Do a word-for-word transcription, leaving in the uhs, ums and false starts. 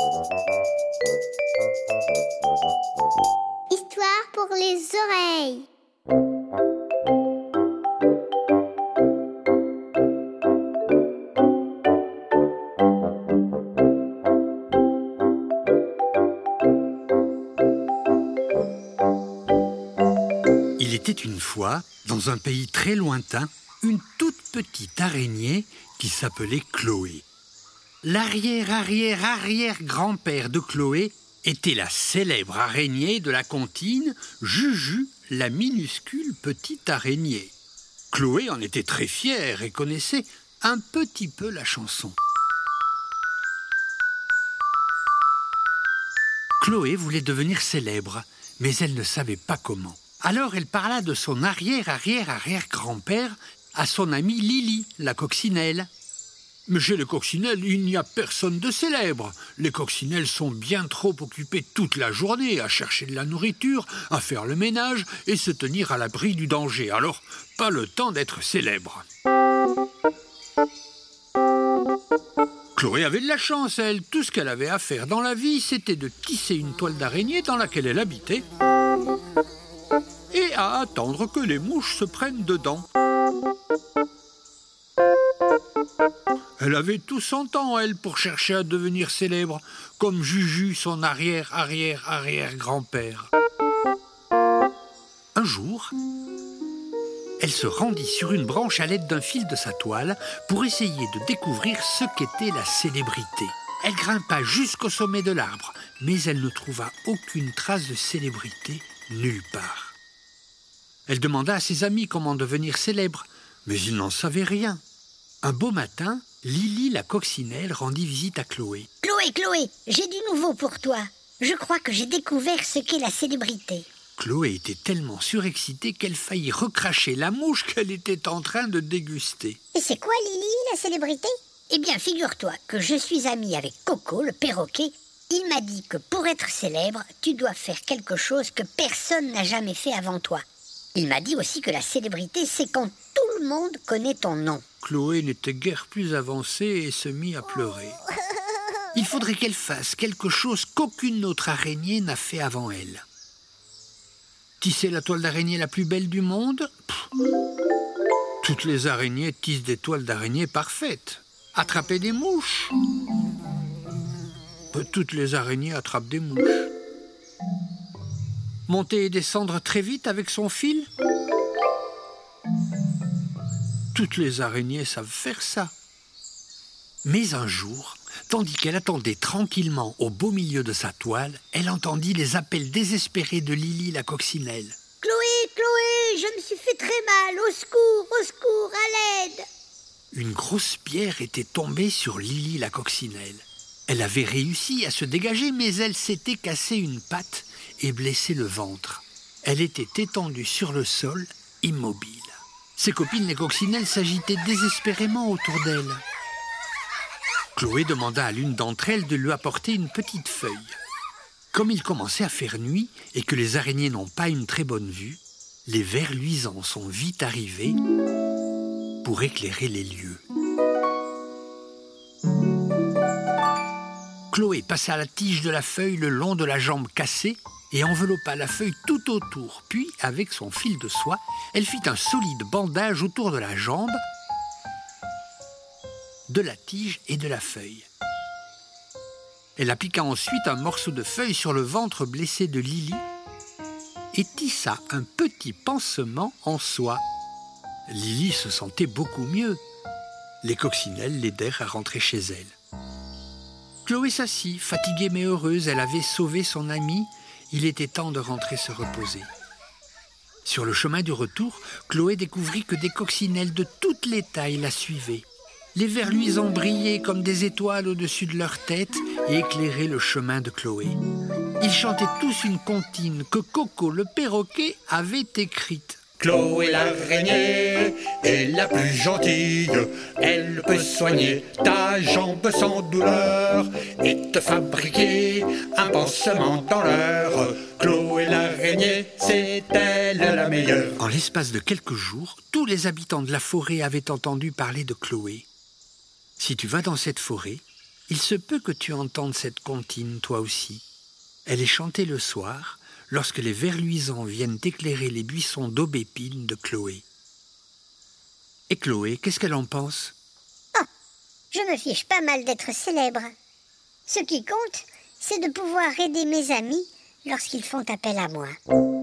Histoire pour les oreilles. Il était une fois, dans un pays très lointain, une toute petite araignée qui s'appelait Chloé. L'arrière-arrière-arrière-grand-père de Chloé était la célèbre araignée de la comptine, Juju, la minuscule petite araignée. Chloé en était très fière et connaissait un petit peu la chanson. Chloé voulait devenir célèbre, mais elle ne savait pas comment. Alors elle parla de son arrière-arrière-arrière-grand-père à son amie Lily, la coccinelle. Mais chez les coccinelles, il n'y a personne de célèbre. Les coccinelles sont bien trop occupées toute la journée à chercher de la nourriture, à faire le ménage et se tenir à l'abri du danger. Alors, pas le temps d'être célèbre. Chloé avait de la chance, elle. Tout ce qu'elle avait à faire dans la vie, c'était de tisser une toile d'araignée dans laquelle elle habitait et à attendre que les mouches se prennent dedans. Elle avait tout son temps, elle, pour chercher à devenir célèbre, comme Juju, son arrière-arrière-arrière-grand-père. Un jour, elle se rendit sur une branche à l'aide d'un fil de sa toile pour essayer de découvrir ce qu'était la célébrité. Elle grimpa jusqu'au sommet de l'arbre, mais elle ne trouva aucune trace de célébrité nulle part. Elle demanda à ses amis comment devenir célèbre, mais ils n'en savaient rien. Un beau matin, Lily, la coccinelle, rendit visite à Chloé. « Chloé, Chloé, j'ai du nouveau pour toi. Je crois que j'ai découvert ce qu'est la célébrité. » Chloé était tellement surexcitée qu'elle faillit recracher la mouche qu'elle était en train de déguster. « Et c'est quoi, Lily, la célébrité ?»« Eh bien, figure-toi que je suis amie avec Coco, le perroquet. Il m'a dit que pour être célèbre, tu dois faire quelque chose que personne n'a jamais fait avant toi. Il m'a dit aussi que la célébrité, c'est quand tout le monde connaît ton nom. » Chloé n'était guère plus avancée et se mit à pleurer. Il faudrait qu'elle fasse quelque chose qu'aucune autre araignée n'a fait avant elle. Tisser la toile d'araignée la plus belle du monde ? Pff, toutes les araignées tissent des toiles d'araignée parfaites. Attraper des mouches ? Toutes les araignées attrapent des mouches. Monter et descendre très vite avec son fil ? Toutes les araignées savent faire ça. Mais un jour, tandis qu'elle attendait tranquillement au beau milieu de sa toile, elle entendit les appels désespérés de Lily la coccinelle. « Chloé, Chloé, je me suis fait très mal, au secours, au secours, à l'aide !» Une grosse pierre était tombée sur Lily la coccinelle. Elle avait réussi à se dégager, mais elle s'était cassé une patte et blessé le ventre. Elle était étendue sur le sol, immobile. Ses copines les coccinelles s'agitaient désespérément autour d'elle. Chloé demanda à l'une d'entre elles de lui apporter une petite feuille. Comme il commençait à faire nuit et que les araignées n'ont pas une très bonne vue, les vers luisants sont vite arrivés pour éclairer les lieux. Chloé passa la tige de la feuille le long de la jambe cassée et enveloppa la feuille tout autour. Puis, avec son fil de soie, elle fit un solide bandage autour de la jambe, de la tige et de la feuille. Elle appliqua ensuite un morceau de feuille sur le ventre blessé de Lily et tissa un petit pansement en soie. Lily se sentait beaucoup mieux. Les coccinelles l'aidèrent à rentrer chez elle. Chloé s'assit, fatiguée mais heureuse. Elle avait sauvé son amie. Il était temps de rentrer se reposer. Sur le chemin du retour, Chloé découvrit que des coccinelles de toutes les tailles la suivaient. Les vers luisants brillaient comme des étoiles au-dessus de leur tête et éclairaient le chemin de Chloé. Ils chantaient tous une comptine que Coco, le perroquet, avait écrite. Chloé l'araignée est la plus gentille. Elle peut soigner ta jambe sans douleur et te fabriquer un pansement dans l'heure. Chloé l'araignée, c'est elle la meilleure. En l'espace de quelques jours, tous les habitants de la forêt avaient entendu parler de Chloé. Si tu vas dans cette forêt, Il se peut que tu entendes cette comptine, toi aussi. Elle est chantée le soir, lorsque les vers luisants viennent éclairer les buissons d'aubépine de Chloé. Et Chloé, qu'est-ce qu'elle en pense? Oh, je me fiche pas mal d'être célèbre. Ce qui compte, c'est de pouvoir aider mes amis lorsqu'ils font appel à moi.